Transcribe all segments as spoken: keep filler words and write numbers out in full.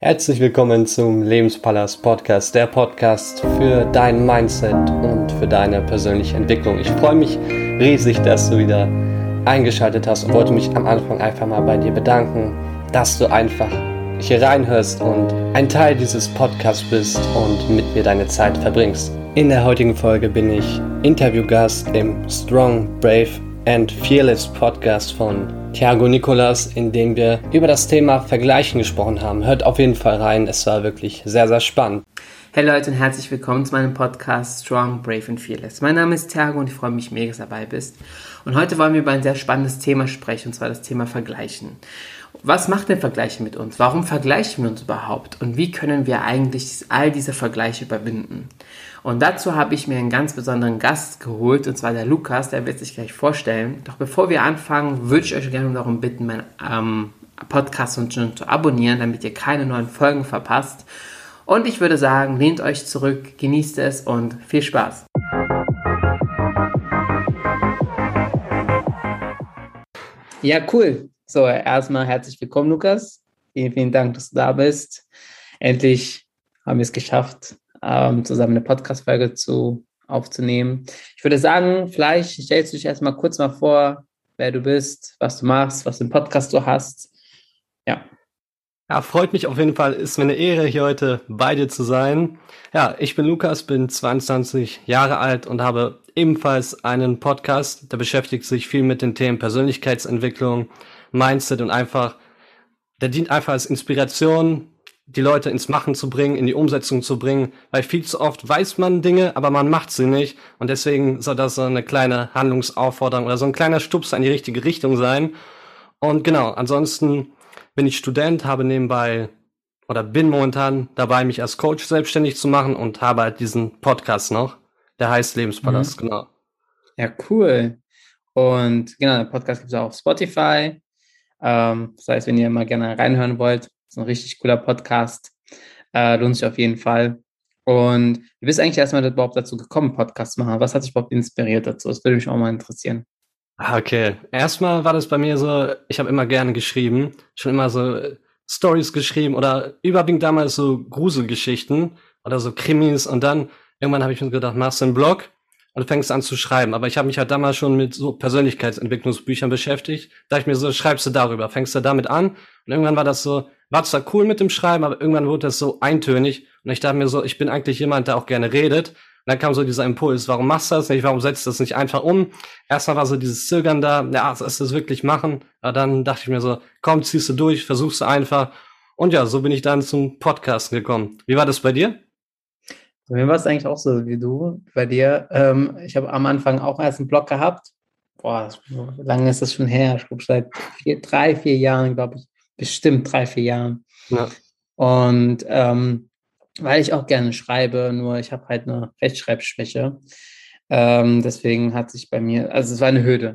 Herzlich willkommen zum Lebenspalast Podcast, der Podcast für dein Mindset und für deine persönliche Entwicklung. Ich freue mich riesig, dass du wieder eingeschaltet hast und wollte mich am Anfang einfach mal bei dir bedanken, dass du einfach hier reinhörst und ein Teil dieses Podcasts bist und mit mir deine Zeit verbringst. In der heutigen Folge bin ich Interviewgast im Strong, Brave and Fearless Podcast von Thiago Nicolas, in dem wir über das Thema Vergleichen gesprochen haben. Hört auf jeden Fall rein, es war wirklich sehr, sehr spannend. Hey Leute und herzlich willkommen zu meinem Podcast Strong, Brave and Fearless. Mein Name ist Thiago und ich freue mich mega, dass du dabei bist. Und heute wollen wir über ein sehr spannendes Thema sprechen, und zwar das Thema Vergleichen. Was macht denn Vergleichen mit uns? Warum vergleichen wir uns überhaupt? Und wie können wir eigentlich all diese Vergleiche überwinden? Und dazu habe ich mir einen ganz besonderen Gast geholt, und zwar der Lukas, der wird sich gleich vorstellen. Doch bevor wir anfangen, würde ich euch gerne darum bitten, meinen ähm, Podcast schon zu abonnieren, damit ihr keine neuen Folgen verpasst. Und ich würde sagen, lehnt euch zurück, genießt es und viel Spaß. Ja, cool. So, erstmal herzlich willkommen, Lukas. Vielen, vielen Dank, dass du da bist. Endlich haben wir es geschafft, ähm, zusammen eine Podcast-Folge zu, aufzunehmen. Ich würde sagen, vielleicht stellst du dich erstmal kurz mal vor, wer du bist, was du machst, was für einen Podcast du hast. Ja. Ja, freut mich auf jeden Fall. Ist mir eine Ehre, hier heute bei dir zu sein. Ja, ich bin Lukas, bin zweiundzwanzig Jahre alt und habe ebenfalls einen Podcast, der beschäftigt sich viel mit den Themen Persönlichkeitsentwicklung, Mindset und einfach, der dient einfach als Inspiration, die Leute ins Machen zu bringen, in die Umsetzung zu bringen, weil viel zu oft weiß man Dinge, aber man macht sie nicht, und deswegen soll das so eine kleine Handlungsaufforderung oder so ein kleiner Stups in die richtige Richtung sein. Und genau, ansonsten bin ich Student, habe nebenbei oder bin momentan dabei, mich als Coach selbstständig zu machen und habe halt diesen Podcast noch, der heißt Lebenspalast, mhm. Genau. Ja, cool. Und genau, der Podcast gibt es auch auf Spotify. Ähm, das heißt, wenn ihr mal gerne reinhören wollt, ist ein richtig cooler Podcast. Äh, lohnt sich auf jeden Fall. Und wie bist du eigentlich erstmal überhaupt dazu gekommen, Podcast zu machen? Was hat dich überhaupt inspiriert dazu? Das würde mich auch mal interessieren. Okay, erstmal war das bei mir so, ich habe immer gerne geschrieben, schon immer so Stories geschrieben oder überwiegend damals so Gruselgeschichten oder so Krimis, und dann irgendwann habe ich mir gedacht, machst du einen Blog und fängst an zu schreiben. Aber ich habe mich halt damals schon mit so Persönlichkeitsentwicklungsbüchern beschäftigt. Da dachte ich mir so, schreibst du darüber, fängst du damit an. Und irgendwann war das so, war zwar cool mit dem Schreiben, aber irgendwann wurde das so eintönig. Und ich dachte mir so, ich bin eigentlich jemand, der auch gerne redet. Und dann kam so dieser Impuls, warum machst du das nicht, warum setzt du das nicht einfach um? Erstmal war so dieses Zögern da, ja, sollst du das wirklich machen? Aber dann dachte ich mir so, komm, ziehst du durch, versuchst du einfach. Und ja, so bin ich dann zum Podcasten gekommen. Wie war das bei dir? Bei mir war es eigentlich auch so wie du, bei dir. Ähm, ich habe am Anfang auch erst einen Blog gehabt. Boah, wie lange ist das schon her? Ich glaube, seit vier, drei, vier Jahren, glaube ich. Bestimmt drei, vier Jahren. Ja. Und ähm, weil ich auch gerne schreibe, nur ich habe halt eine Rechtschreibschwäche. Ähm, deswegen hat sich bei mir, also es war eine Hürde.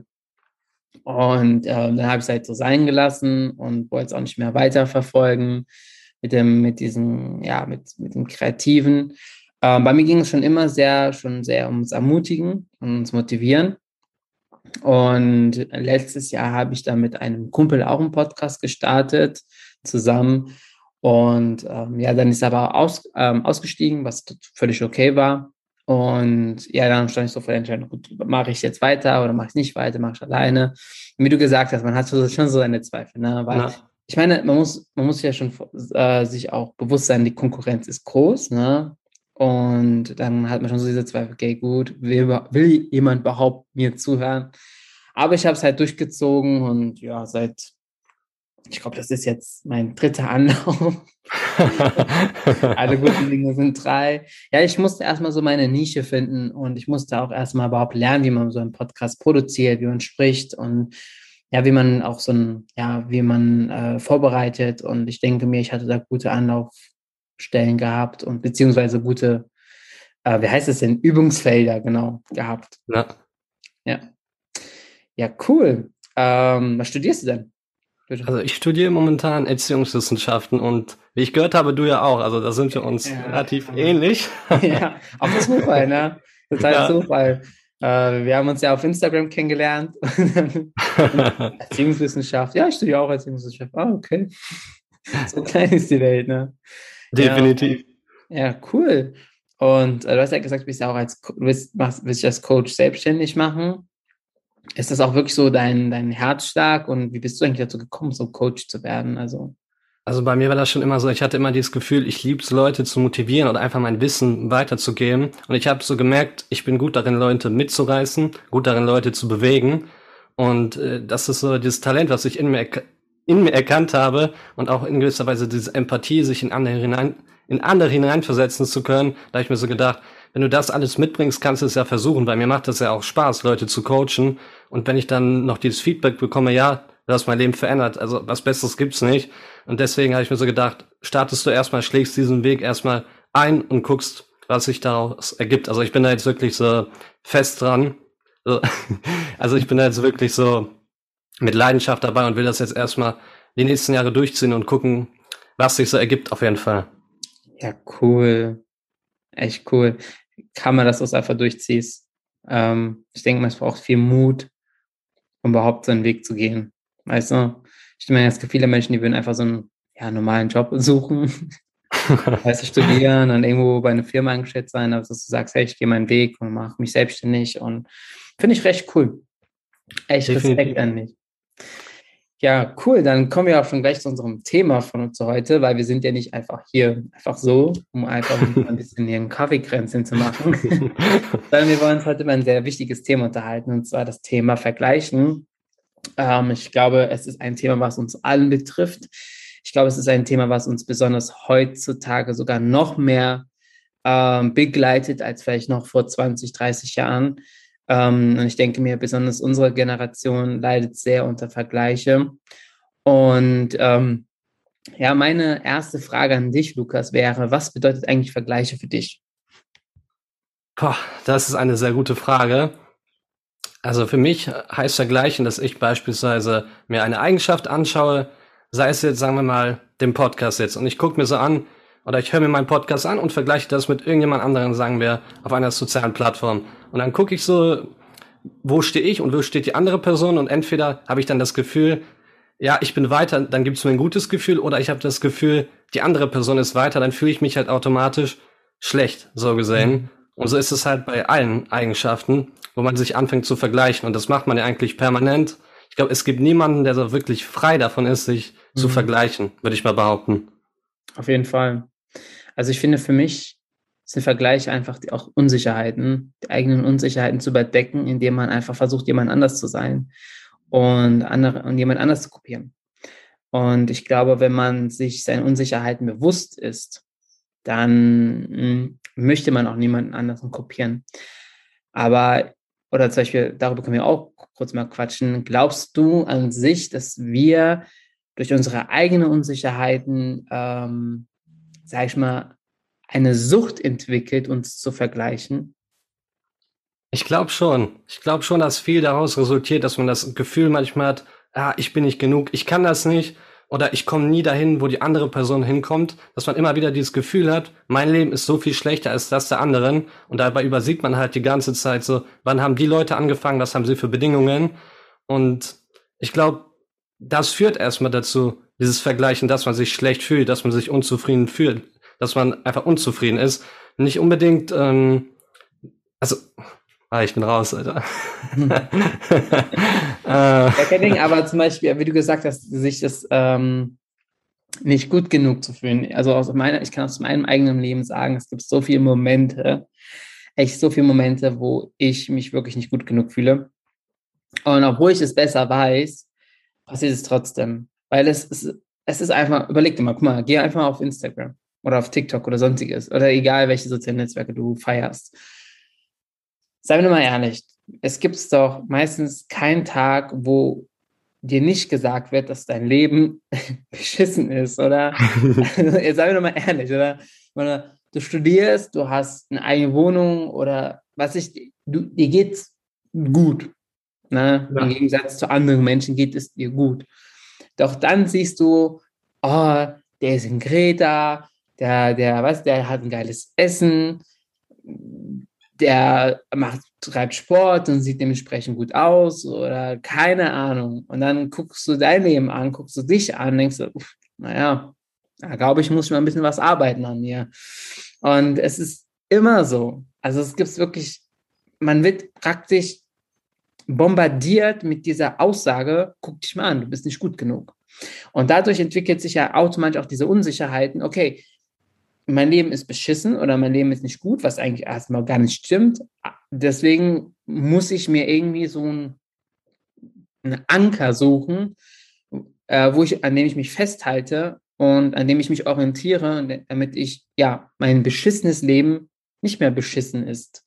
Und äh, dann habe ich es halt so sein gelassen und wollte es auch nicht mehr weiterverfolgen mit dem, mit diesem, ja, mit, mit dem Kreativen. Ähm, bei mir ging es schon immer sehr, schon sehr ums Ermutigen und ums Motivieren. Und letztes Jahr habe ich dann mit einem Kumpel auch einen Podcast gestartet, zusammen. Und ähm, ja, dann ist er aber aus, ähm, ausgestiegen, was völlig okay war. Und ja, dann stand ich so vor der Entscheidung, gut, mache ich jetzt weiter oder mache ich nicht weiter, mache ich alleine. Und wie du gesagt hast, man hat so, schon so seine Zweifel, ne? Weil ja. Ich meine, man muss, man muss ja schon äh, sich auch bewusst sein, die Konkurrenz ist groß, ne? Und dann hat man schon so diese Zweifel, okay, gut, will, will jemand überhaupt mir zuhören? Aber ich habe es halt durchgezogen und ja, seit, ich glaube, das ist jetzt mein dritter Anlauf. Alle guten Dinge sind drei. Ja, ich musste erstmal so meine Nische finden und ich musste auch erstmal überhaupt lernen, wie man so einen Podcast produziert, wie man spricht und ja, wie man auch so ein, ja, wie man äh, vorbereitet. Und ich denke mir, ich hatte da gute Anlaufstellen gehabt und beziehungsweise gute, äh, wie heißt es denn, Übungsfelder, genau, gehabt. Ja. Ja, ja, cool. Ähm, was studierst du denn? Bitte. Also ich studiere momentan Erziehungswissenschaften und wie ich gehört habe, du ja auch. Also da sind wir uns ja relativ ja. ähnlich. Ja, auch das Zufall, ne? Total ja. Zufall. Äh, wir haben uns ja auf Instagram kennengelernt. Erziehungswissenschaft. Ja, ich studiere auch Erziehungswissenschaft. Ah, okay. So klein ist die Welt, ne? Ja, Definitiv. ja, cool. Und äh, du hast ja gesagt, du bist ja auch als, Co- du willst, machst, willst dich als Coach selbstständig machen. Ist das auch wirklich so dein, dein Herzschlag? Und wie bist du eigentlich dazu gekommen, so Coach zu werden? Also, Also bei mir war das schon immer so, ich hatte immer dieses Gefühl, ich lieb's, Leute zu motivieren oder einfach mein Wissen weiterzugeben. Und ich habe so gemerkt, ich bin gut darin, Leute mitzureißen, gut darin, Leute zu bewegen. Und äh, das ist so dieses Talent, was ich in mir, erk- in mir erkannt habe und auch in gewisser Weise diese Empathie, sich in andere hinein, in andere hineinversetzen zu können. Da habe ich mir so gedacht, wenn du das alles mitbringst, kannst du es ja versuchen. Bei mir macht es ja auch Spaß, Leute zu coachen. Und wenn ich dann noch dieses Feedback bekomme, ja, du hast mein Leben verändert, also was Besseres gibt's nicht. Und deswegen habe ich mir so gedacht, startest du erstmal, schlägst diesen Weg erstmal ein und guckst, was sich daraus ergibt. Also ich bin da jetzt wirklich so fest dran. So, also ich bin da jetzt wirklich so mit Leidenschaft dabei und will das jetzt erstmal die nächsten Jahre durchziehen und gucken, was sich so ergibt auf jeden Fall. ja, cool. Echt cool. Kann man, dass du es einfach durchziehst. Ähm, ich denke mal, es braucht viel Mut, um überhaupt so einen Weg zu gehen. Weißt du? Ich meine, es gibt viele Menschen, die würden einfach so einen ja, normalen Job suchen, weißt du, studieren und irgendwo bei einer Firma angestellt sein, aber dass du sagst, hey, ich gehe meinen Weg und mache mich selbstständig und finde ich recht cool. Echt Respekt Definitiv. an dich. Ja, cool. Dann kommen wir auch schon gleich zu unserem Thema von uns heute, weil wir sind ja nicht einfach hier einfach so, um einfach ein bisschen hier ein Kaffeekränzchen zu machen, sondern wir wollen uns heute über ein sehr wichtiges Thema unterhalten, und zwar das Thema Vergleichen. Ähm, ich glaube, es ist ein Thema, was uns allen betrifft. Ich glaube, es ist ein Thema, was uns besonders heutzutage sogar noch mehr ähm, begleitet als vielleicht noch vor zwanzig, dreißig Jahren. Ähm, und ich denke mir, besonders unsere Generation leidet sehr unter Vergleiche. Und ähm, ja, meine erste Frage an dich, Lukas, wäre, was bedeutet eigentlich Vergleiche für dich? Boah, das ist eine sehr gute Frage. Also für mich heißt Vergleichen, dass ich beispielsweise mir eine Eigenschaft anschaue, sei es jetzt, sagen wir mal, den Podcast jetzt. Und ich gucke mir so an, oder ich höre mir meinen Podcast an und vergleiche das mit irgendjemand anderem, sagen wir, auf einer sozialen Plattform. Und dann gucke ich so, wo stehe ich und wo steht die andere Person. Und entweder habe ich dann das Gefühl, ja, ich bin weiter, dann gibt es mir ein gutes Gefühl, oder ich habe das Gefühl, die andere Person ist weiter, dann fühle ich mich halt automatisch schlecht, so gesehen. Und so ist es halt bei allen Eigenschaften, wo man sich anfängt zu vergleichen. Und das macht man ja eigentlich permanent. Ich glaube, es gibt niemanden, der so wirklich frei davon ist, sich zu Mhm. vergleichen, würde ich mal behaupten. Auf jeden Fall. Also ich finde, für mich sind Vergleiche einfach die auch Unsicherheiten, die eigenen Unsicherheiten zu überdecken, indem man einfach versucht, jemand anders zu sein und andere und jemand anders zu kopieren. Und ich glaube, wenn man sich seinen Unsicherheiten bewusst ist, dann mh, möchte man auch niemanden anderen kopieren. Aber, oder zum Beispiel, darüber können wir auch kurz mal quatschen. Glaubst du an sich, dass wir durch unsere eigenen Unsicherheiten, ähm, sag ich mal, eine Sucht entwickelt, uns zu vergleichen? Ich glaube schon. Ich glaube schon, dass viel daraus resultiert, dass man das Gefühl manchmal hat, ah, ich bin nicht genug, ich kann das nicht oder ich komme nie dahin, wo die andere Person hinkommt, dass man immer wieder dieses Gefühl hat, mein Leben ist so viel schlechter als das der anderen und dabei übersieht man halt die ganze Zeit so, wann haben die Leute angefangen, was haben sie für Bedingungen und ich glaube, das führt erstmal dazu, dieses Vergleichen, dass man sich schlecht fühlt, dass man sich unzufrieden fühlt, dass man einfach unzufrieden ist. Nicht unbedingt, ähm, also Ah, ich bin raus, Alter. äh, Ja, kein Ding, aber zum Beispiel, wie du gesagt hast, sich das ähm, nicht gut genug zu fühlen. Also aus meiner, ich kann aus meinem eigenen Leben sagen, es gibt so viele Momente, echt so viele Momente, wo ich mich wirklich nicht gut genug fühle. Und obwohl ich es besser weiß, passiert es trotzdem. Weil es ist, es ist einfach, überleg dir mal, guck mal, geh einfach mal auf Instagram oder auf TikTok oder sonstiges oder egal, welche sozialen Netzwerke du feierst. Seien wir mal ehrlich, es gibt doch meistens keinen Tag, wo dir nicht gesagt wird, dass dein Leben beschissen ist, oder? Jetzt seien wir doch mal ehrlich, oder? Oder du studierst, du hast eine eigene Wohnung oder was ich, du, dir geht's gut. Ne? Im ja. Gegensatz zu anderen Menschen geht es dir gut. Doch dann siehst du, oh, der ist in Kreta, der, der, was, der hat ein geiles Essen, der macht, treibt Sport und sieht dementsprechend gut aus oder keine Ahnung. Und dann guckst du dein Leben an, guckst du dich an, denkst du, uff, naja, Da glaube ich, muss ich mal ein bisschen was arbeiten an mir. Und es ist immer so. Also es gibt wirklich, man wird praktisch bombardiert mit dieser Aussage, guck dich mal an, du bist nicht gut genug. Und dadurch entwickelt sich ja automatisch auch diese Unsicherheiten, okay, mein Leben ist beschissen oder mein Leben ist nicht gut, was eigentlich erstmal gar nicht stimmt. Deswegen muss ich mir irgendwie so ein, einen Anker suchen, äh, wo ich, an dem ich mich festhalte und an dem ich mich orientiere, damit ich, ja, mein beschissenes Leben nicht mehr beschissen ist.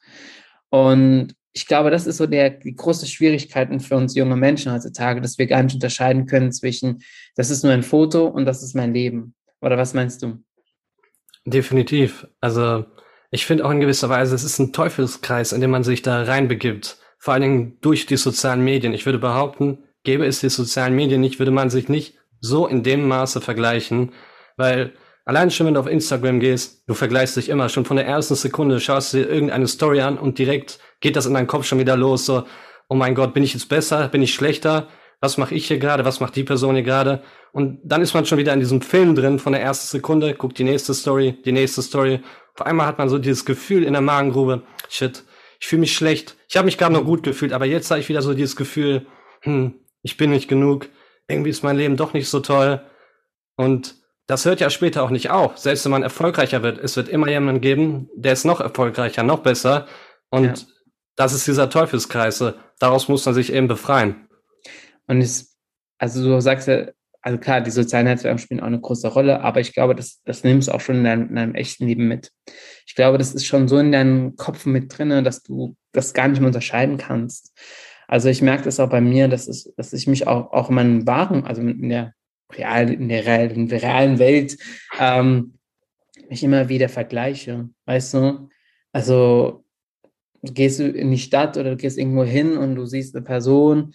Und ich glaube, das ist so der, die große Schwierigkeiten für uns junge Menschen heutzutage, dass wir gar nicht unterscheiden können zwischen, das ist nur ein Foto und das ist mein Leben. Oder was meinst du? Definitiv. Also ich finde auch in gewisser Weise, es ist ein Teufelskreis, in dem man sich da reinbegibt. Vor allen Dingen durch die sozialen Medien. Ich würde behaupten, gäbe es die sozialen Medien nicht, würde man sich nicht so in dem Maße vergleichen. Weil allein schon, wenn du auf Instagram gehst, du vergleichst dich immer. Schon von der ersten Sekunde schaust du dir irgendeine Story an und direkt geht das in deinem Kopf schon wieder los. So, oh mein Gott, bin ich jetzt besser? Bin ich schlechter? Was mache ich hier gerade? Was macht die Person hier gerade? Und dann ist man schon wieder in diesem Film drin von der ersten Sekunde, guckt die nächste Story, die nächste Story. Auf einmal hat man so dieses Gefühl in der Magengrube, shit, ich fühle mich schlecht. Ich habe mich gerade noch gut gefühlt, aber jetzt habe ich wieder so dieses Gefühl, hm, ich bin nicht genug. Irgendwie ist mein Leben doch nicht so toll. Und das hört ja später auch nicht auf. Selbst wenn man erfolgreicher wird, es wird immer jemanden geben, der ist noch erfolgreicher, noch besser. Und ja, das ist dieser Teufelskreis. Daraus muss man sich eben befreien. Und es, also du sagst ja, also klar, die sozialen Netzwerke spielen auch eine große Rolle, aber ich glaube, das, das nimmst du auch schon in deinem, in deinem echten Leben mit. Ich glaube, das ist schon so in deinem Kopf mit drin, dass du das gar nicht mehr unterscheiden kannst. Also ich merke das auch bei mir, dass, es, dass ich mich auch, auch in meinem wahren, also in der realen, in der realen, in der realen Welt ähm, mich immer wieder vergleiche, weißt du? Also gehst du in die Stadt oder du gehst irgendwo hin und du siehst eine Person,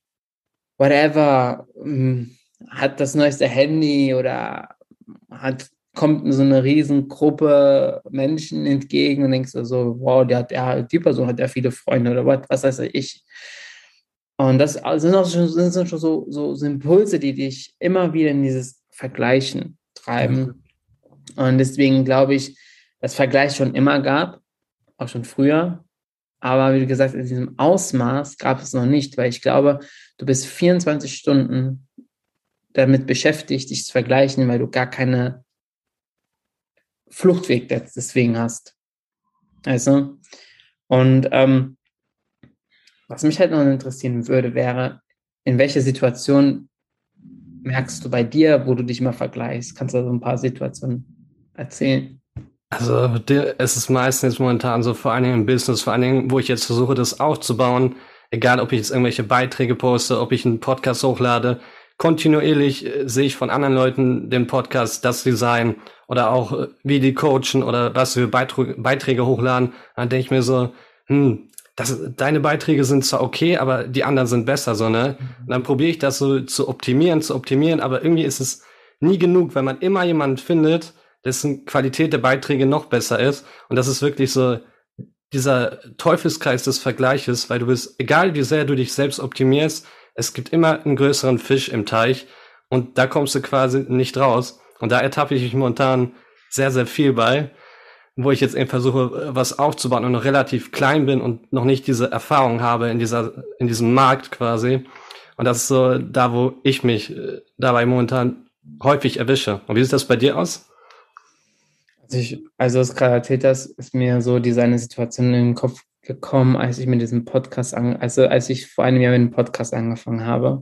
whatever, hat das neueste Handy oder hat, kommt so eine Riesengruppe Menschen entgegen und denkst du so, wow, die, hat, ja, die Person hat ja viele Freunde oder was, was weiß ich. Und das sind auch schon, sind schon so, so, so Impulse, die dich immer wieder in dieses Vergleichen treiben. Ja. Und deswegen glaube ich, dass Vergleich schon immer gab, auch schon früher. Aber wie gesagt, in diesem Ausmaß gab es noch nicht, weil ich glaube, du bist vierundzwanzig Stunden damit beschäftigt, dich zu vergleichen, weil du gar keine Fluchtweg deswegen hast. Also, und ähm, was mich halt noch interessieren würde, wäre, in welcher Situation merkst du bei dir, wo du dich immer vergleichst? Kannst du so ein paar Situationen erzählen? Also es ist meistens jetzt momentan so, vor allen Dingen im Business, vor allen Dingen, wo ich jetzt versuche, das aufzubauen, egal ob ich jetzt irgendwelche Beiträge poste, ob ich einen Podcast hochlade, kontinuierlich äh, sehe ich von anderen Leuten den Podcast, das Design oder auch äh, wie die coachen oder was für Beitr- Beiträge hochladen. Dann denke ich mir so, hm, das, deine Beiträge sind zwar okay, aber die anderen sind besser, so, ne? Und dann probiere ich das so zu optimieren, zu optimieren, aber irgendwie ist es nie genug, wenn man immer jemanden findet, dessen Qualität der Beiträge noch besser ist. Und das ist wirklich so dieser Teufelskreis des Vergleiches, weil du bist, egal wie sehr du dich selbst optimierst, es gibt immer einen größeren Fisch im Teich und da kommst du quasi nicht raus. Und da ertappe ich mich momentan sehr, sehr viel bei, wo ich jetzt eben versuche, was aufzubauen und noch relativ klein bin und noch nicht diese Erfahrung habe in dieser, in diesem Markt quasi. Und das ist so da, wo ich mich dabei momentan häufig erwische. Und wie sieht das bei dir aus? Also, ich, also was gerade erzählt hast, ist mir so diese eine Situation in den Kopf gekommen, als ich mit diesem Podcast, an, also als ich vor einem Jahr mit dem Podcast angefangen habe.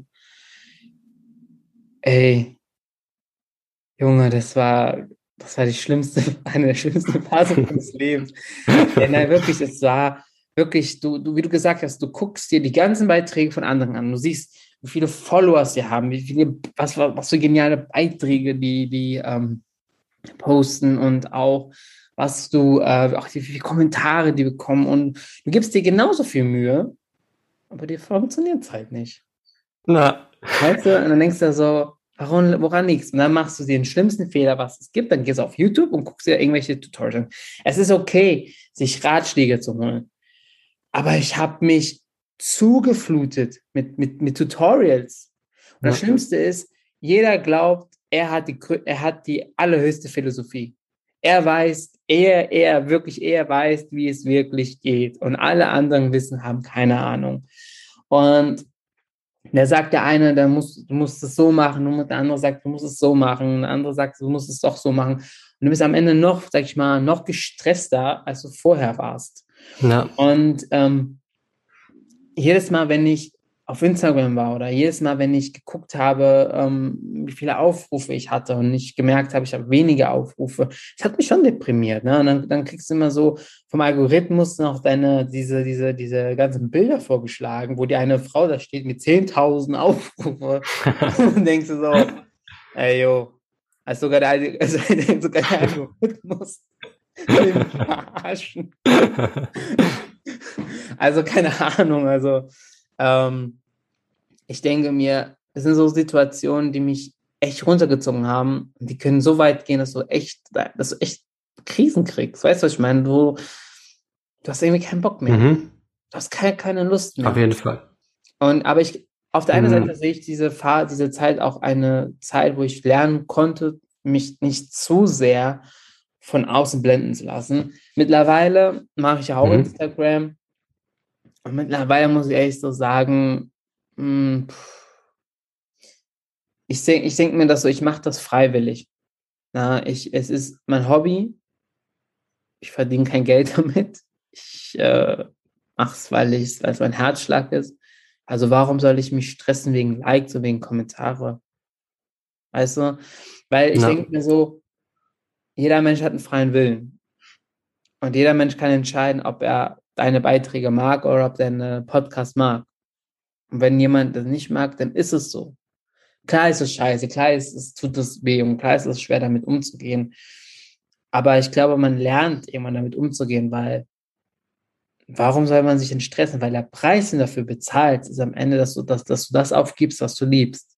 Ey, Junge, das war, das war die schlimmste, eine der schlimmsten Phasen meines Lebens. Ey, nein, wirklich, es war wirklich, du, du, wie du gesagt hast, du guckst dir die ganzen Beiträge von anderen an, du siehst, wie viele Follower sie haben, wie viele, was, was für geniale Beiträge die, die ähm, posten und auch was du, äh, auch die, die Kommentare, die bekommen und du gibst dir genauso viel Mühe, aber dir funktioniert es halt nicht. Na. Weißt du, und dann denkst du so, warum, woran liegt's? Und dann machst du den schlimmsten Fehler, was es gibt, dann gehst du auf YouTube und guckst dir irgendwelche Tutorials an. Es ist okay, sich Ratschläge zu holen, aber ich habe mich zugeflutet mit, mit, mit Tutorials. Und ja. Das Schlimmste ist, jeder glaubt, er hat die, er hat die allerhöchste Philosophie. Er weiß, er, er, wirklich, er weiß, wie es wirklich geht. Und alle anderen wissen, haben keine Ahnung. Und der sagt der eine, der muss, du musst es so machen, und der andere sagt, du musst es so machen, und der andere sagt, du musst es doch so machen. Und du bist am Ende noch, sag ich mal, noch gestresster, als du vorher warst. Ja. Und ähm, jedes Mal, wenn ich auf Instagram war oder jedes Mal, wenn ich geguckt habe, ähm, wie viele Aufrufe ich hatte und ich gemerkt habe, ich habe weniger Aufrufe, das hat mich schon deprimiert. Ne? Und dann, dann kriegst du immer so vom Algorithmus noch deine, diese, diese, diese ganzen Bilder vorgeschlagen, wo die eine Frau da steht mit zehntausend Aufrufe und denkst du so, ey, yo, also sogar der, also sogar der Algorithmus will mich verarschen. Also keine Ahnung, also ähm, ich denke mir, es sind so Situationen, die mich echt runtergezogen haben und die können so weit gehen, dass du echt, dass du echt Krisen kriegst. Weißt du, was ich meine? Du, du hast irgendwie keinen Bock mehr. Mhm. Du hast keine, keine Lust mehr. Auf jeden Fall. Und aber ich, auf der einen Mhm. Seite sehe ich diese Phase, diese Zeit auch eine Zeit, wo ich lernen konnte, mich nicht zu sehr von außen blenden zu lassen. Mittlerweile mache ich auch Mhm. Instagram. Und mittlerweile muss ich ehrlich so sagen, mh, ich denke ich denk mir das so, ich mache das freiwillig. Na, ich, es ist mein Hobby. Ich verdiene kein Geld damit. Ich äh, mache es, weil ich, weil es mein Herzschlag ist. Also warum soll ich mich stressen wegen Likes und wegen Kommentare? Weißt du? Weil ich Ja. denke mir so, jeder Mensch hat einen freien Willen. Und jeder Mensch kann entscheiden, ob er deine Beiträge mag oder ob er einen Podcast mag. Und wenn jemand das nicht mag, dann ist es so. Klar ist es scheiße, klar ist es, tut es weh und klar ist es schwer, damit umzugehen. Aber ich glaube, man lernt irgendwann damit umzugehen, weil warum soll man sich denn stressen? Weil der Preis, den du dafür bezahlst, ist am Ende, dass du das, dass du das aufgibst, was du liebst.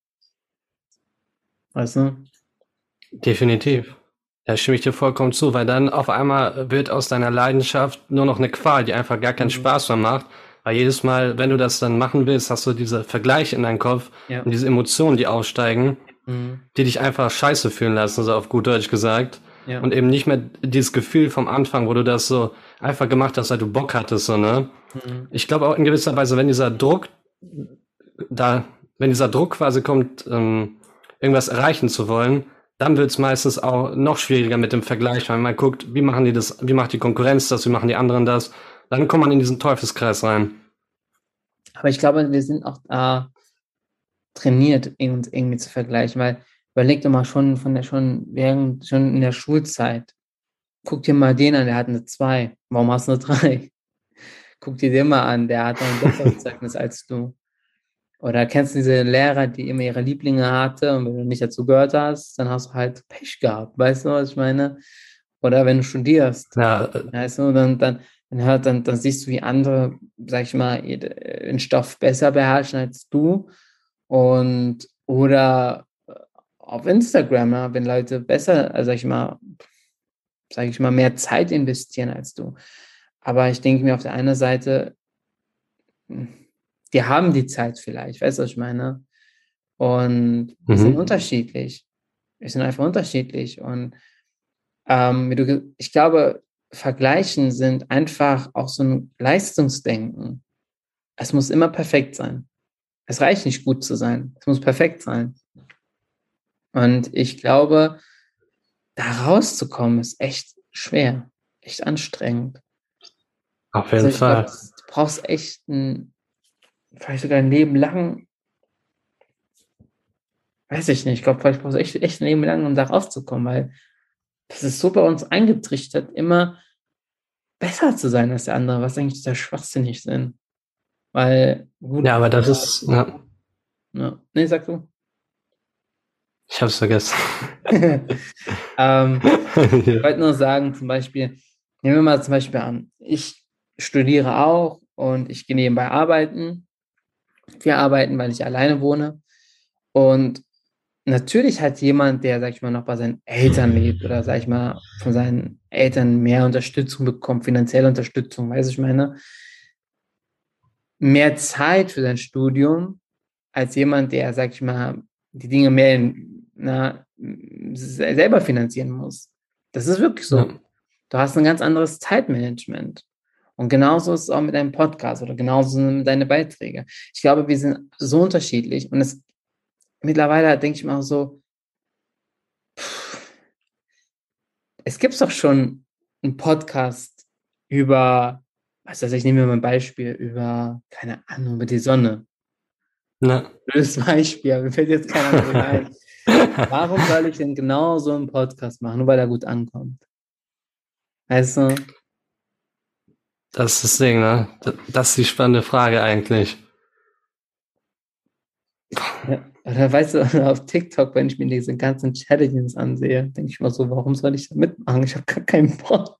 Weißt du? Definitiv. Da stimme ich dir vollkommen zu, weil dann auf einmal wird aus deiner Leidenschaft nur noch eine Qual, die einfach gar keinen Mhm. Spaß mehr macht. Weil jedes Mal, wenn du das dann machen willst, hast du diese Vergleiche in deinem Kopf Ja. und diese Emotionen, die aufsteigen, Mhm. die dich einfach scheiße fühlen lassen, so auf gut Deutsch gesagt. Ja. Und eben nicht mehr dieses Gefühl vom Anfang, wo du das so einfach gemacht hast, weil du Bock hattest, so, ne? Mhm. Ich glaube auch in gewisser Weise, wenn dieser Druck da, wenn dieser Druck quasi kommt, ähm, irgendwas erreichen zu wollen, dann wird es meistens auch noch schwieriger mit dem Vergleich, weil man guckt, wie machen die das, wie macht die Konkurrenz das, wie machen die anderen das. Dann kommt man in diesen Teufelskreis rein. Aber ich glaube, wir sind auch da trainiert, uns irgendwie zu vergleichen, weil überleg doch mal schon von der schon während schon in der Schulzeit. Guck dir mal den an, der hat eine zwei. Warum hast du eine drei? Guck dir den mal an, der hat ein besseres Zeugnis als du. Oder kennst du diese Lehrer, die immer ihre Lieblinge hatte und wenn du nicht dazu gehört hast, dann hast du halt Pech gehabt. Weißt du, was ich meine? Oder wenn du studierst, Ja, äh, weißt du, dann, dann, dann, hört, dann, dann siehst du, wie andere, sag ich mal, den Stoff besser beherrschen als du. Und oder auf Instagram, ja, wenn Leute besser, also sag ich mal, sage ich mal, mehr Zeit investieren als du. Aber ich denke mir auf der einen Seite, die haben die Zeit vielleicht, weißt du, was ich meine? Und wir sind mhm. unterschiedlich. Wir sind einfach unterschiedlich. Und ähm, wie du, ich glaube, Vergleichen sind einfach auch so ein Leistungsdenken. Es muss immer perfekt sein. Es reicht nicht gut zu sein. Es muss perfekt sein. Und ich glaube, da rauszukommen, ist echt schwer, echt anstrengend. Auf Also jeden ich glaube, Fall. du brauchst echt ein, vielleicht sogar ein Leben lang, weiß ich nicht, ich glaube, vielleicht brauchst du echt, echt ein Leben lang, um da rauszukommen, weil das ist so bei uns eingetrichtert, immer besser zu sein als der andere, was eigentlich total schwachsinnig sind. Weil, gut, Ja, aber das ist, ja, ne, nee, sag du. ich hab's vergessen. ähm, ich Ja. wollte nur sagen, zum Beispiel, nehmen wir mal zum Beispiel an, ich studiere auch und ich gehe nebenbei arbeiten. Wir arbeiten, weil ich alleine wohne. Und natürlich hat jemand, der, sag ich mal, noch bei seinen Eltern lebt oder, sag ich mal, von seinen Eltern mehr Unterstützung bekommt, finanzielle Unterstützung, weiß ich meine, mehr Zeit für sein Studium als jemand, der, sag ich mal, die Dinge mehr in, na, selber finanzieren musst. Das ist wirklich so. Ja. Du hast ein ganz anderes Zeitmanagement. Und genauso ist es auch mit deinem Podcast oder genauso mit deinen Beiträgen. Ich glaube, wir sind so unterschiedlich und es mittlerweile denke ich mir auch so, pff, es gibt doch schon einen Podcast über, was weiß ich, nehme mir mal ein Beispiel, über, keine Ahnung, über die Sonne. Na. Das Beispiel, mir fällt jetzt keiner mehr ein. Warum soll ich denn genau so einen Podcast machen, nur weil er gut ankommt? Weißt du? Das ist das Ding, ne? Das ist die spannende Frage eigentlich. Ja, oder weißt du, auf TikTok, wenn ich mir diese ganzen Challenges ansehe, denke ich mir so, warum soll ich da mitmachen? Ich habe gar keinen Bock.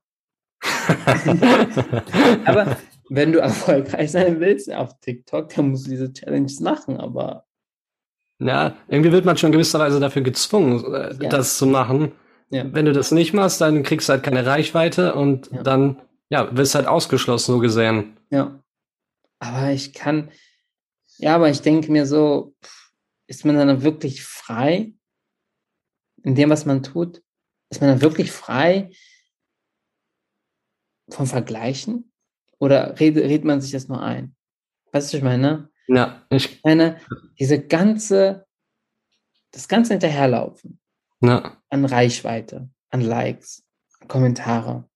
Aber wenn du erfolgreich sein willst auf TikTok, dann musst du diese Challenges machen, aber ja, irgendwie wird man schon gewisserweise dafür gezwungen, ja. das zu machen. Ja. Wenn du das nicht machst, dann kriegst du halt keine Reichweite und ja. dann ja, wirst halt ausgeschlossen, so gesehen. Ja. Aber ich kann, ja, aber ich denke mir so, ist man dann wirklich frei in dem, was man tut? Ist man dann wirklich frei vom Vergleichen? Oder redet, redet man sich das nur ein? Weißt du, was ich meine? Ja, ich meine, diese ganze, das ganze Hinterherlaufen ja. an Reichweite, an Likes, an Kommentare.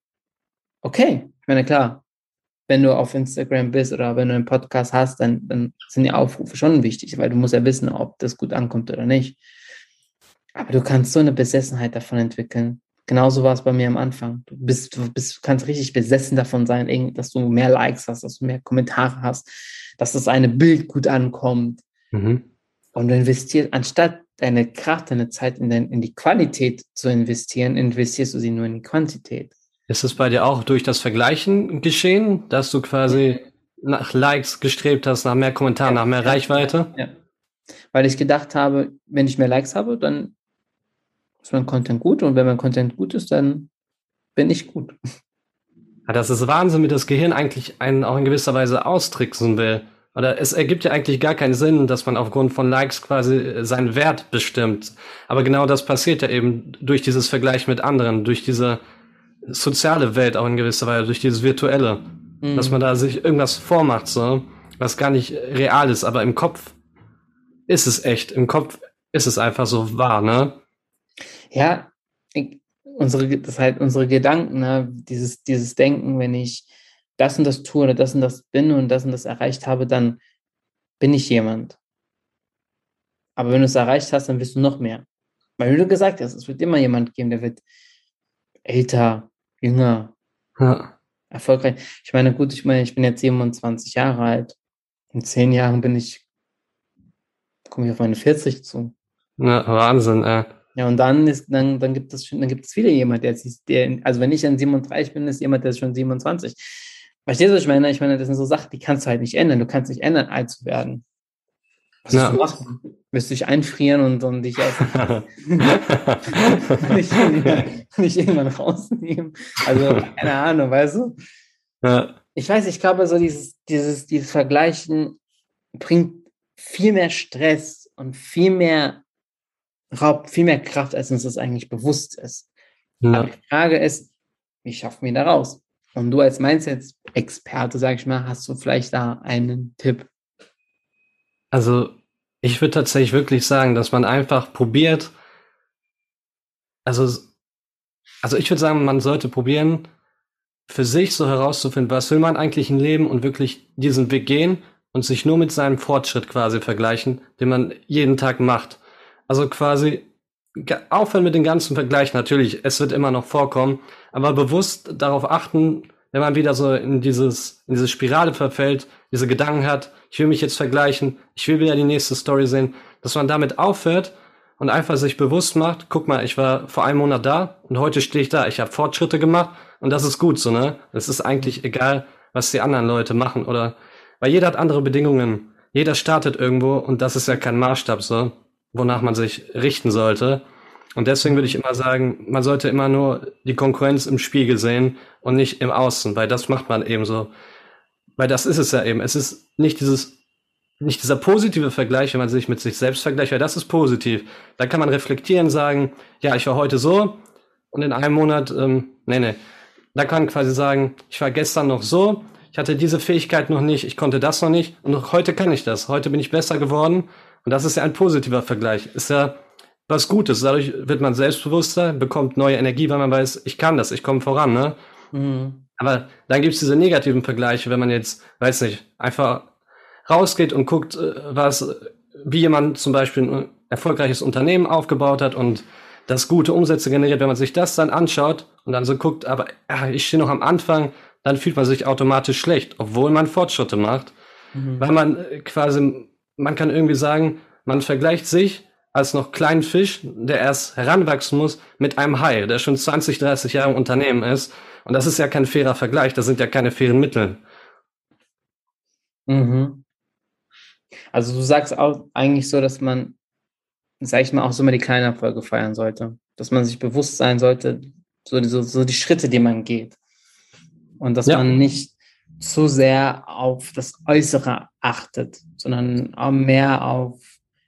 Okay, ich meine, klar, wenn du auf Instagram bist oder wenn du einen Podcast hast, dann, dann sind die Aufrufe schon wichtig, weil du musst ja wissen, ob das gut ankommt oder nicht. Aber du kannst so eine Besessenheit davon entwickeln. Genauso war es bei mir am Anfang. Du bist, du bist, kannst richtig besessen davon sein, dass du mehr Likes hast, dass du mehr Kommentare hast, dass das eine Bild gut ankommt. Mhm. Und du investierst, anstatt deine Kraft, deine Zeit in, dein, in die Qualität zu investieren, investierst du sie nur in die Quantität. Ist es bei dir auch durch das Vergleichen geschehen, dass du quasi nach Likes gestrebt hast, nach mehr Kommentaren, ja, nach mehr ja, Reichweite? Ja. Weil ich gedacht habe, wenn ich mehr Likes habe, dann ist mein Content gut und wenn mein Content gut ist, dann bin ich gut. Ja, das ist Wahnsinn, wie das Gehirn eigentlich einen auch in gewisser Weise austricksen will. Oder es ergibt ja eigentlich gar keinen Sinn, dass man aufgrund von Likes quasi seinen Wert bestimmt. Aber genau das passiert ja eben durch dieses Vergleich mit anderen, durch diese soziale Welt auch in gewisser Weise, durch dieses Virtuelle. Mhm. Dass man da sich irgendwas vormacht, so, was gar nicht real ist, aber im Kopf ist es echt. Im Kopf ist es einfach so wahr, ne? Ja, ich, unsere, das halt unsere Gedanken, ne? Dieses, dieses Denken, wenn ich das und das tue oder das und das bin und das und das erreicht habe, dann bin ich jemand. Aber wenn du es erreicht hast, dann bist du noch mehr. Weil wie du gesagt hast, es wird immer jemand geben, der wird älter, jünger, ja. erfolgreich. Ich meine, gut, ich meine, ich bin jetzt siebenundzwanzig Jahre alt. In zehn Jahren bin ich, komme ich auf meine vierzig zu. Ja, Wahnsinn, ey. Ja, und dann ist, dann, dann gibt es, dann gibt es viele jemand, der jetzt, der, also wenn ich dann siebenunddreißig bin, ist jemand, der ist schon siebenundzwanzig. Verstehst du, was ich meine? Ich meine, das sind so Sachen, die kannst du halt nicht ändern. Du kannst nicht ändern, alt zu werden. Was ja. du machen? Wirst du dich einfrieren und, und dich aus nicht, nicht irgendwann rausnehmen. Also, keine Ahnung, weißt du? Ja. Ich weiß, ich glaube, so dieses, dieses, dieses Vergleichen bringt viel mehr Stress und viel mehr raubt viel mehr Kraft, als uns das eigentlich bewusst ist. Ja. Aber die Frage ist, wie schaffen wir da raus? Und du als Mindset-Experte, sag ich mal, hast du vielleicht da einen Tipp? Also, ich würde tatsächlich wirklich sagen, dass man einfach probiert, also, also ich würde sagen, man sollte probieren, für sich so herauszufinden, was will man eigentlich im Leben und wirklich diesen Weg gehen und sich nur mit seinem Fortschritt quasi vergleichen, den man jeden Tag macht. Also quasi aufhören mit den ganzen Vergleichen. Natürlich, es wird immer noch vorkommen, aber bewusst darauf achten, wenn man wieder so in dieses in diese Spirale verfällt, diese Gedanken hat, ich will mich jetzt vergleichen, ich will wieder die nächste Story sehen, dass man damit aufhört und einfach sich bewusst macht, guck mal, ich war vor einem Monat da und heute stehe ich da, ich habe Fortschritte gemacht und das ist gut so, ne? Es ist eigentlich egal, was die anderen Leute machen oder, weil jeder hat andere Bedingungen, jeder startet irgendwo und das ist ja kein Maßstab so, wonach man sich richten sollte. Und deswegen würde ich immer sagen, man sollte immer nur die Konkurrenz im Spiegel sehen und nicht im Außen, weil das macht man eben so. Weil das ist es ja eben. Es ist nicht dieses nicht dieser positive Vergleich, wenn man sich mit sich selbst vergleicht, weil das ist positiv. Da kann man reflektieren, sagen, ja, ich war heute so und in einem Monat, ähm, nee, nee. Da kann man quasi sagen, ich war gestern noch so, ich hatte diese Fähigkeit noch nicht, ich konnte das noch nicht und noch heute kann ich das. Heute bin ich besser geworden und das ist ja ein positiver Vergleich. Ist ja was Gutes. Dadurch wird man selbstbewusster, bekommt neue Energie, weil man weiß, ich kann das, ich komme voran, ne? Mhm. Aber dann gibt's diese negativen Vergleiche, wenn man jetzt, weiß nicht, einfach rausgeht und guckt, äh, was, wie jemand zum Beispiel ein erfolgreiches Unternehmen aufgebaut hat und das gute Umsätze generiert. Wenn man sich das dann anschaut und dann so guckt, aber ja, ich stehe noch am Anfang, dann fühlt man sich automatisch schlecht, obwohl man Fortschritte macht. Mhm. Weil man äh, quasi, man kann irgendwie sagen, man vergleicht sich als noch kleinen Fisch, der erst heranwachsen muss, mit einem Hai, der schon zwanzig, dreißig Jahre im Unternehmen ist. Und das ist ja kein fairer Vergleich, das sind ja keine fairen Mittel. Mhm. Also du sagst auch eigentlich so, dass man, sag ich mal, auch so mal die kleinen Erfolge feiern sollte. Dass man sich bewusst sein sollte, so, so, so die Schritte, die man geht. Und dass Ja, man nicht zu sehr auf das Äußere achtet, sondern auch mehr auf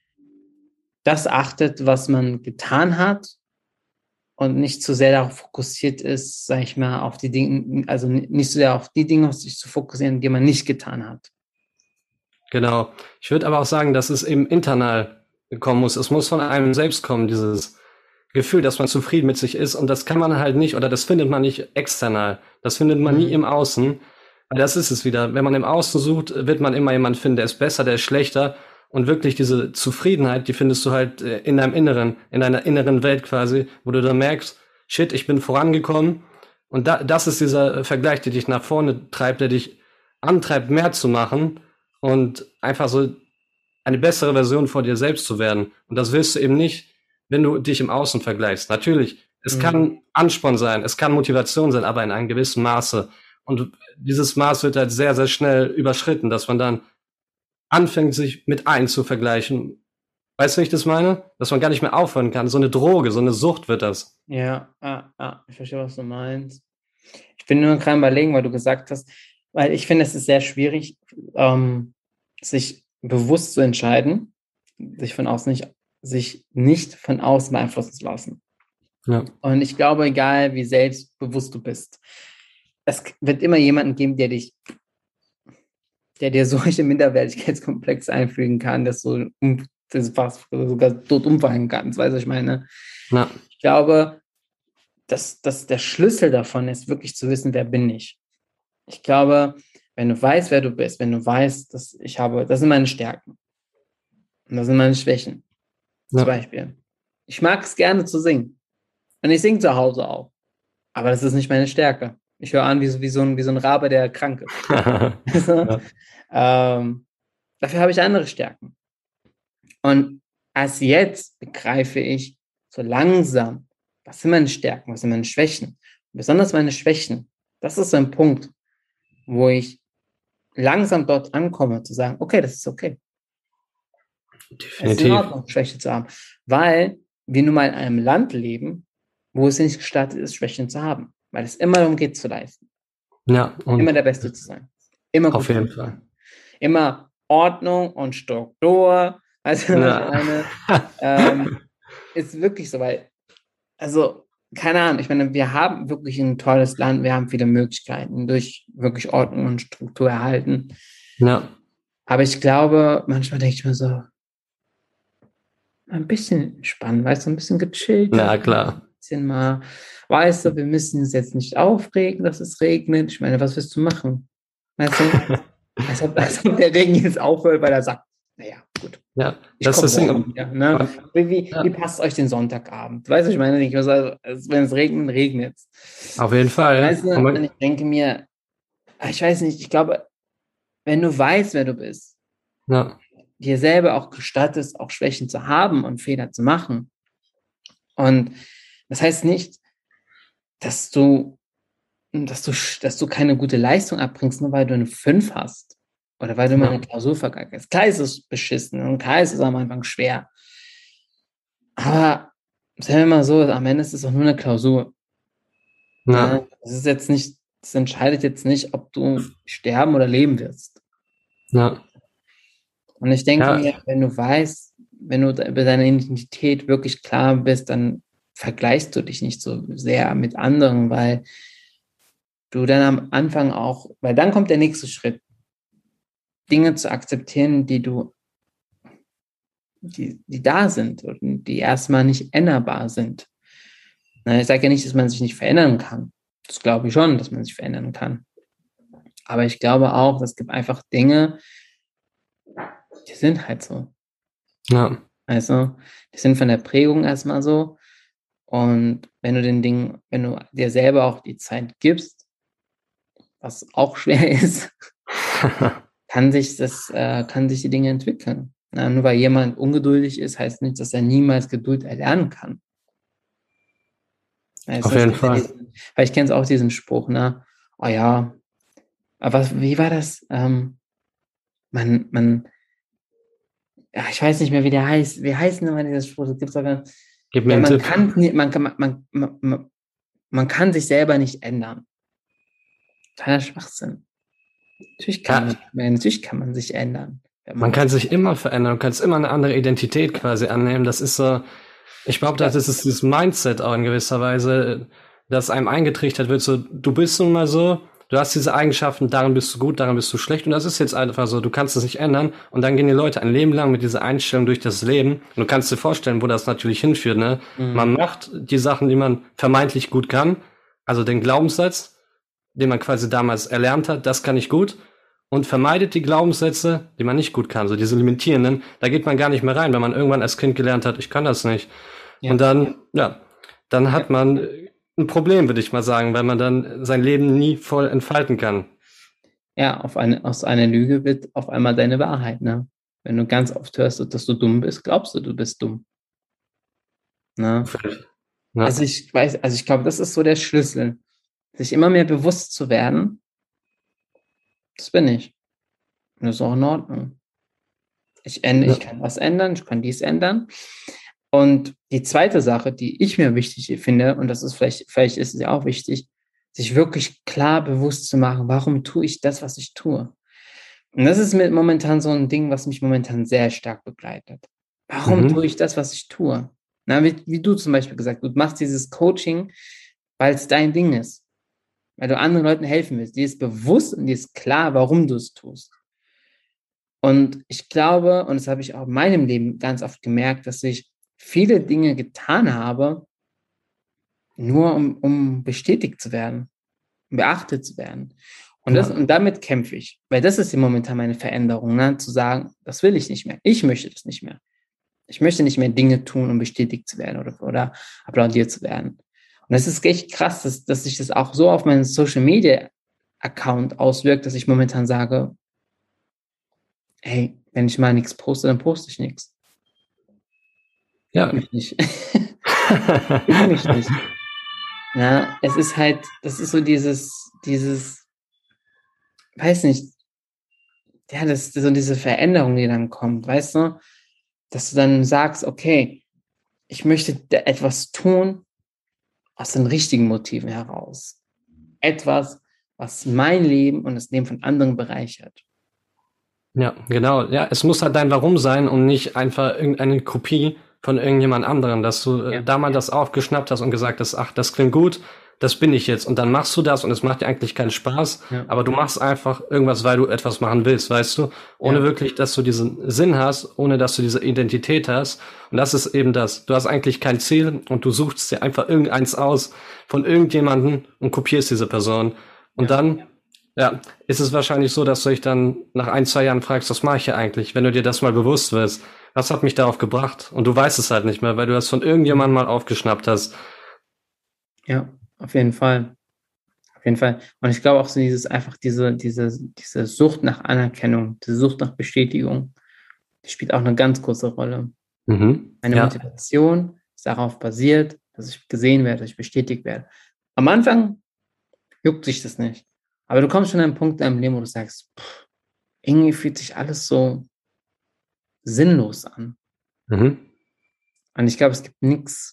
das achtet, was man getan hat und nicht zu sehr darauf fokussiert ist, sag ich mal, auf die Dinge, also nicht so sehr auf die Dinge, auf sich zu fokussieren, die man nicht getan hat. genau. Ich würde aber auch sagen, dass es eben internal kommen muss. Es muss von einem selbst kommen, dieses Gefühl, dass man zufrieden mit sich ist. Und das kann man halt nicht, oder das findet man nicht external. Das findet man nie Mhm. im Außen. Weil das ist es wieder. Wenn man im Außen sucht, wird man immer jemanden finden, der ist besser, der ist schlechter. Und wirklich diese Zufriedenheit, die findest du halt äh, in deinem Inneren, in deiner inneren Welt quasi, wo du dann merkst, shit, ich bin vorangekommen. Und da, das ist dieser Vergleich, der dich nach vorne treibt, der dich antreibt, mehr zu machen und einfach so eine bessere Version von dir selbst zu werden. Und das willst du eben nicht, wenn du dich im Außen vergleichst. Natürlich, es Mhm. kann Ansporn sein, es kann Motivation sein, aber in einem gewissen Maße. Und dieses Maß wird halt sehr, sehr schnell überschritten, dass man dann anfängt, sich mit allen zu vergleichen. Weißt du, wie ich das meine? Dass man gar nicht mehr aufhören kann. So eine Droge, so eine Sucht wird das. Ja, ah, ah, ich verstehe, was du meinst. Ich bin nur gerade überlegen, weil du gesagt hast, weil ich finde, es ist sehr schwierig, ähm, sich bewusst zu entscheiden, sich von außen nicht, sich nicht von außen beeinflussen zu lassen. Ja. Und ich glaube, egal wie selbstbewusst du bist, es wird immer jemanden geben, der dich, der dir solche Minderwertigkeitskomplexe einfügen kann, dass du um, das fast sogar tot umfallen kannst. Weißt du, was ich meine? Ja. Ich glaube, dass, dass der Schlüssel davon ist, wirklich zu wissen, wer bin ich. Ich glaube, wenn du weißt, wer du bist, wenn du weißt, dass ich habe, das sind meine Stärken und das sind meine Schwächen. Zum Ja. Beispiel, ich mag es gerne zu singen und ich singe zu Hause auch, aber das ist nicht meine Stärke. Ich höre an wie, so- wie, so ein, wie so ein Rabe, der krank ist. Ja. ähm, dafür habe ich andere Stärken. Und erst jetzt begreife ich so langsam, was sind meine Stärken, was sind meine Schwächen. Und besonders meine Schwächen. Das ist so ein Punkt, wo ich langsam dort ankomme, zu sagen, okay, das ist okay. Es ist in Definitiv. Ordnung, Schwäche zu haben. Weil wir nun mal in einem Land leben, wo es nicht gestattet ist, Schwächen zu haben. Weil es immer darum geht, zu leisten. Ja, Immer und der Beste zu sein. Immer auf gut zu jeden Fall. sein. Immer Ordnung und Struktur. Also, was ich Ja. meine, ähm, ist wirklich so, weil, also, keine Ahnung, ich meine, wir haben wirklich ein tolles Land, wir haben viele Möglichkeiten durch wirklich Ordnung und Struktur erhalten. Ja. Aber ich glaube, manchmal denke ich mir so, ein bisschen entspannen, weißt du, ein bisschen gechillter, Na ein klar. bisschen mal, weißt du, wir müssen uns jetzt nicht aufregen, dass es regnet. Ich meine, was willst du machen? Weißt du, als ob, als ob der Regen jetzt aufhört, weil er sagt, naja, gut, Ja, ich das ist komme das Ding. morgen Und, wieder. Ne? und, Wie, wie, wie ja, passt euch den Sonntagabend? Weißt du, ich meine, ich muss also, wenn es regnet, regnet es. auf jeden Fall. Weißt du, Und und man, ich denke mir, ich weiß nicht, ich glaube, wenn du weißt, wer du bist, ja, dir selber auch gestattest, auch Schwächen zu haben und Fehler zu machen. Und das heißt nicht, dass du, dass du, dass du keine gute Leistung abbringst, nur weil du eine fünf hast. Oder weil du mal eine ja, Klausur verkackt hast. Klar ist es beschissen und klar ist es am Anfang schwer. Aber sagen wir mal so, am Ende ist es auch nur eine Klausur. ja, Ne? Das ist jetzt nicht, das entscheidet jetzt nicht, ob du sterben oder leben wirst. ja. Und ich denke Ja, mir, wenn du weißt, wenn du über deine Identität wirklich klar bist, dann vergleichst du dich nicht so sehr mit anderen, weil du dann am Anfang auch, weil dann kommt der nächste Schritt, Dinge zu akzeptieren, die du, die, die da sind und die erstmal nicht änderbar sind. Na, ich sage ja nicht, dass man sich nicht verändern kann. Das glaube ich schon, dass man sich verändern kann. Aber ich glaube auch, es gibt einfach Dinge, die sind halt so. ja, Also, die sind von der Prägung erstmal so. Und wenn du den Dingen, wenn du dir selber auch die Zeit gibst, was auch schwer ist, kann sich das, äh, kann sich die Dinge entwickeln. Na, nur weil jemand ungeduldig ist, heißt nicht, dass er niemals Geduld erlernen kann. auf Also, es jeden gibt ja Fall. diesen, weil ich kenne es auch diesen Spruch, ne? Oh ja, aber was, wie war das? Ähm, man, man, ja, ich weiß nicht mehr, wie der heißt. Wie heißt denn immer dieser Spruch? Das gibt's aber. Gib mir Ja, einen man Tipp. kann, man kann, man, man, man, man kann sich selber nicht ändern. Totaler Schwachsinn. Natürlich kann Ja, man, natürlich kann man sich ändern, wenn man man das. kann sich immer verändern, du kannst immer eine andere Identität quasi annehmen. Das ist so, ich glaube, das ist dieses Mindset auch in gewisser Weise, das einem eingetrichtert wird, so, du bist nun mal so, du hast diese Eigenschaften, darin bist du gut, darin bist du schlecht und das ist jetzt einfach so, du kannst es nicht ändern und dann gehen die Leute ein Leben lang mit dieser Einstellung durch das Leben und du kannst dir vorstellen, wo das natürlich hinführt, ne? Man Mhm. macht die Sachen, die man vermeintlich gut kann, also den Glaubenssatz, den man quasi damals erlernt hat, das kann ich gut und vermeidet die Glaubenssätze, die man nicht gut kann, so diese limitierenden, da geht man gar nicht mehr rein, wenn man irgendwann als Kind gelernt hat, ich kann das nicht. Und Ja, dann, ja, dann ja, hat man ein Problem, würde ich mal sagen, weil man dann sein Leben nie voll entfalten kann. ja, auf eine, aus einer Lüge wird auf einmal deine Wahrheit, ne? Wenn du ganz oft hörst, dass du dumm bist, glaubst du, du bist dumm, ne? Ja, Also ich weiß, also ich glaube, das ist so der Schlüssel, sich immer mehr bewusst zu werden, das bin ich. Und das ist auch in Ordnung. Ich, änd- ja. ich kann was ändern, ich kann dies ändern. Und die zweite Sache, die ich mir wichtig finde, und das ist vielleicht, vielleicht ist es ja auch wichtig, sich wirklich klar bewusst zu machen, warum tue ich das, was ich tue? Und das ist mit momentan so ein Ding, was mich momentan sehr stark begleitet. Warum tue Mhm. ich das, was ich tue? Na, wie, wie du zum Beispiel gesagt, du machst dieses Coaching, weil es dein Ding ist, weil du anderen Leuten helfen willst. Dir ist bewusst und dir ist klar, warum du es tust. Und ich glaube, und das habe ich auch in meinem Leben ganz oft gemerkt, dass ich viele Dinge getan habe, nur um, um bestätigt zu werden, um beachtet zu werden. Und, das, Ja. und damit kämpfe ich, weil das ist momentan meine Veränderung, ne? Zu sagen, das will ich nicht mehr. Ich möchte das nicht mehr. Ich möchte nicht mehr Dinge tun, um bestätigt zu werden oder, oder applaudiert zu werden. Und das ist echt krass, dass, dass sich das auch so auf meinen Social Media Account auswirkt, dass ich momentan sage, hey, wenn ich mal nichts poste, dann poste ich nichts. Juckt Ja. mich nicht. Juckt mich nicht. Ja, es ist halt, das ist so dieses, dieses, weiß nicht, ja, das ist so diese Veränderung, die dann kommt, weißt du? Dass du dann sagst, okay, ich möchte etwas tun aus den richtigen Motiven heraus. Etwas, was mein Leben und das Leben von anderen bereichert. Ja, genau. Ja, es muss halt dein Warum sein und nicht einfach irgendeine Kopie von irgendjemand anderem, dass du äh, Ja, da mal das aufgeschnappt hast und gesagt hast, ach, das klingt gut, das bin ich jetzt. Und dann machst du das und es macht dir eigentlich keinen Spaß, ja, aber du machst einfach irgendwas, weil du etwas machen willst, weißt du? Ohne ja, wirklich, dass du diesen Sinn hast, ohne dass du diese Identität hast. Und das ist eben das. Du hast eigentlich kein Ziel und du suchst dir einfach irgendeins aus von irgendjemanden und kopierst diese Person. Und ja. dann ja, ist es wahrscheinlich so, dass du dich dann nach ein, zwei Jahren fragst, was mache ich hier eigentlich, wenn du dir das mal bewusst wirst. Was hat mich darauf gebracht? Und du weißt es halt nicht mehr, weil du das von irgendjemandem mal aufgeschnappt hast. Ja, auf jeden Fall. Auf jeden Fall. Und ich glaube auch so dieses, einfach diese, diese, diese Sucht nach Anerkennung, diese Sucht nach Bestätigung, die spielt auch eine ganz große Rolle. Mhm. Meine Ja, Motivation ist darauf basiert, dass ich gesehen werde, dass ich bestätigt werde. Am Anfang juckt sich das nicht. Aber du kommst schon an einen Punkt in deinem Leben, wo du sagst, pff, irgendwie fühlt sich alles so sinnlos an. mhm. Und ich glaube, es gibt nichts,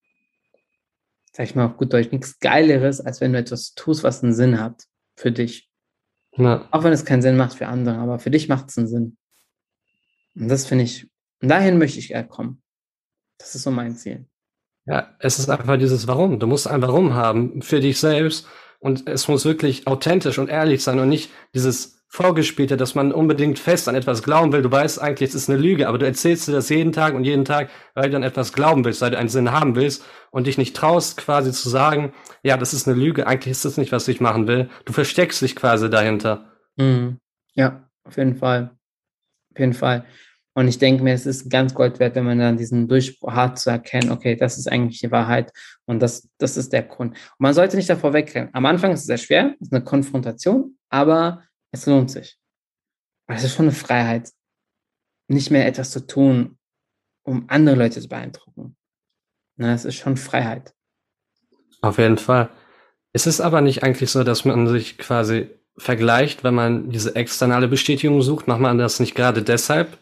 sag ich mal auf gut Deutsch, nichts Geileres, als wenn du etwas tust, was einen Sinn hat für dich. Ja, Auch wenn es keinen Sinn macht für andere, aber für dich macht es einen Sinn. Und das finde ich, und dahin möchte ich gerne kommen. Das ist so mein Ziel. Ja, es ist einfach dieses Warum. Du musst ein Warum haben für dich selbst und es muss wirklich authentisch und ehrlich sein und nicht dieses Vorgespielte, dass man unbedingt fest an etwas glauben will. Du weißt eigentlich, es ist eine Lüge, aber du erzählst dir das jeden Tag und jeden Tag, weil du an etwas glauben willst, weil du einen Sinn haben willst und dich nicht traust, quasi zu sagen, ja, das ist eine Lüge, eigentlich ist das nicht, was ich machen will. Du versteckst dich quasi dahinter. Mhm. Ja, auf jeden Fall. Auf jeden Fall. Und ich denke mir, es ist ganz Gold wert, wenn man dann diesen Durchbruch hat, zu erkennen, okay, das ist eigentlich die Wahrheit und das, das ist der Grund. Und man sollte nicht davor wegrennen. Am Anfang ist es sehr schwer, es ist eine Konfrontation, aber es lohnt sich. Weil es ist schon eine Freiheit, nicht mehr etwas zu tun, um andere Leute zu beeindrucken. Na, es ist schon Freiheit. Auf jeden Fall. Es ist aber nicht eigentlich so, dass man sich quasi vergleicht, wenn man diese externe Bestätigung sucht. Macht man das nicht gerade deshalb?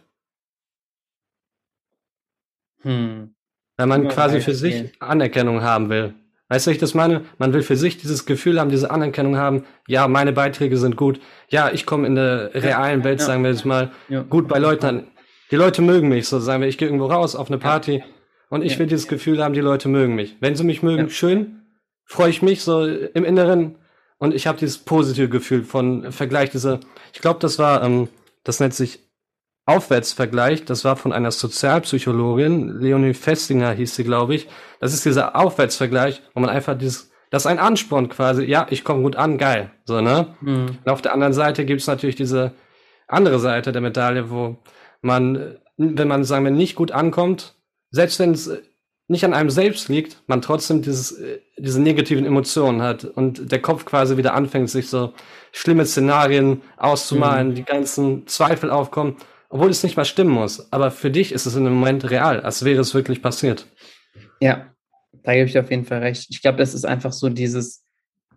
Hm. Weil man Ja, quasi weiß für ich sich nicht. Anerkennung haben will. Weißt du, wie ich das meine? Man will für sich dieses Gefühl haben, diese Anerkennung haben, ja, meine Beiträge sind gut, ja, ich komme in der realen Welt, Ja. sagen wir jetzt mal, Ja. gut bei Leuten an. Die Leute mögen mich, so sagen wir, ich gehe irgendwo raus auf eine Ja. Party und ich Ja. will dieses Gefühl haben, die Leute mögen mich. Wenn sie mich mögen, Ja. schön, freue ich mich so im Inneren und ich habe dieses positive Gefühl von Vergleich, diese, ich glaube, das war, ähm, das nennt sich Aufwärtsvergleich, das war von einer Sozialpsychologin, Leonie Festinger hieß sie, glaube ich. Das ist dieser Aufwärtsvergleich, wo man einfach dieses, das ist ein Ansporn quasi, ja, ich komme gut an, geil, so, ne? Hm. Und auf der anderen Seite gibt's natürlich diese andere Seite der Medaille, wo man, wenn man, sagen wir, nicht gut ankommt, selbst wenn es nicht an einem selbst liegt, man trotzdem dieses, äh, diese negativen Emotionen hat und der Kopf quasi wieder anfängt, sich so schlimme Szenarien auszumalen, Mhm. die ganzen Zweifel aufkommen, obwohl es nicht mal stimmen muss. Aber für dich ist es in dem Moment real, als wäre es wirklich passiert. Ja, da gebe ich dir auf jeden Fall recht. Ich glaube, das ist einfach so dieses,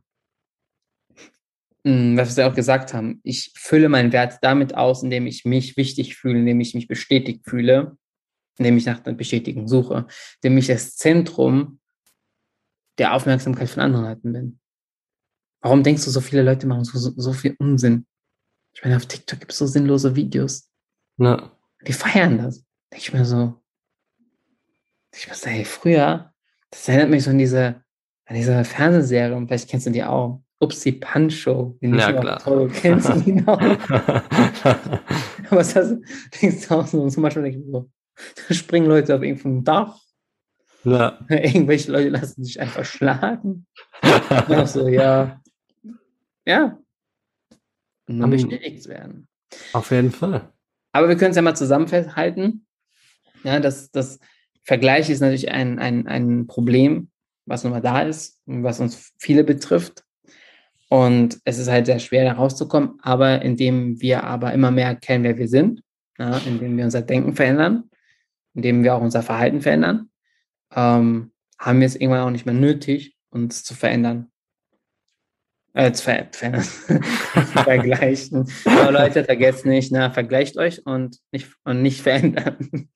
mh, was wir auch gesagt haben. Ich fülle meinen Wert damit aus, indem ich mich wichtig fühle, indem ich mich bestätigt fühle, indem ich nach der Bestätigung suche, indem ich das Zentrum der Aufmerksamkeit von anderen Leuten bin. Warum denkst du, so viele Leute machen so, so, so viel Unsinn? Ich meine, auf TikTok gibt es so sinnlose Videos. Ne? Die feiern das. Denke ich mir so, ich muss sagen, früher, das erinnert mich so an diese, an diese Fernsehserie, und vielleicht kennst du die auch. Upsi Pancho, die nicht Ja, mehr klar. toll kennst du die noch? Aber was hast du, denkst du auch so, so manchmal denke ich mir so, da springen Leute auf irgendeinem Dach, Ja. irgendwelche Leute lassen sich einfach schlagen. Und auch so, ja, ja, nur Am- bestätigt werden. Auf jeden Fall. Aber wir können es ja mal zusammenhalten. Ja, das, das Vergleich ist natürlich ein, ein, ein Problem, was nun mal da ist, was uns viele betrifft. Und es ist halt sehr schwer, da rauszukommen, aber indem wir aber immer mehr erkennen, wer wir sind, ja, indem wir unser Denken verändern, indem wir auch unser Verhalten verändern, ähm, haben wir es irgendwann auch nicht mehr nötig, uns zu verändern. Äh, zu ver verändern. zu vergleichen. Aber Leute, vergesst nicht, na, vergleicht euch und nicht, und nicht verändern.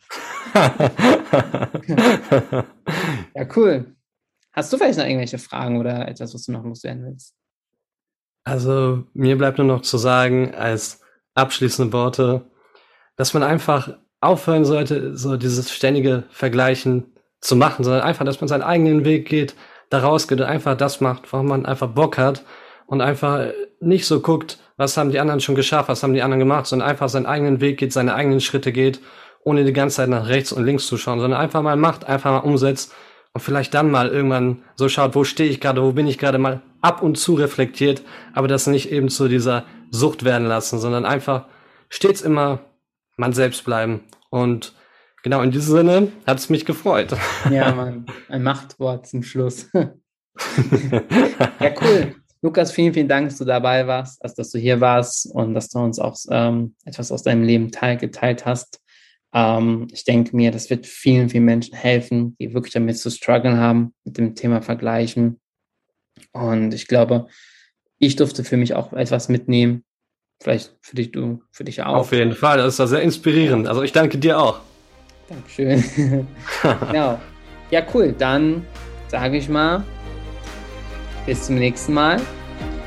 Ja, cool. Hast du vielleicht noch irgendwelche Fragen oder etwas, was du noch loswerden willst? Also, mir bleibt nur noch zu sagen, als abschließende Worte, dass man einfach aufhören sollte, so dieses ständige Vergleichen zu machen, sondern einfach, dass man seinen eigenen Weg geht, da rausgeht und einfach das macht, worauf man einfach Bock hat und einfach nicht so guckt, was haben die anderen schon geschafft, was haben die anderen gemacht, sondern einfach seinen eigenen Weg geht, seine eigenen Schritte geht, ohne die ganze Zeit nach rechts und links zu schauen, sondern einfach mal macht, einfach mal umsetzt und vielleicht dann mal irgendwann so schaut, wo stehe ich gerade, wo bin ich gerade, mal ab und zu reflektiert, aber das nicht eben zu dieser Sucht werden lassen, sondern einfach stets immer man selbst bleiben. Und genau in diesem Sinne hat es mich gefreut. Ja, Mann, ein Machtwort zum Schluss. Ja, cool. Lukas, vielen, vielen Dank, dass du dabei warst, also, dass du hier warst und dass du uns auch ähm, etwas aus deinem Leben teil, geteilt hast. Ähm, ich denke mir, das wird vielen, vielen Menschen helfen, die wirklich damit zu strugglen haben, mit dem Thema Vergleichen. Und ich glaube, ich durfte für mich auch etwas mitnehmen. Vielleicht für dich, du, für dich auch. Auf jeden Fall, das ist ja sehr inspirierend. Also ich danke dir auch. Dankeschön. Genau. Ja, cool. Dann sage ich mal, bis zum nächsten Mal.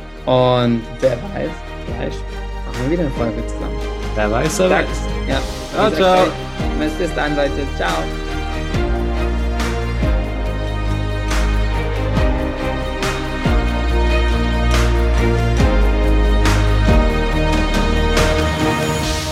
Und wer weiß, vielleicht machen wir wieder eine Folge zusammen. Wer weiß, wer weiß. Ja. Ciao, ciao. Bis dann, Leute. Ciao.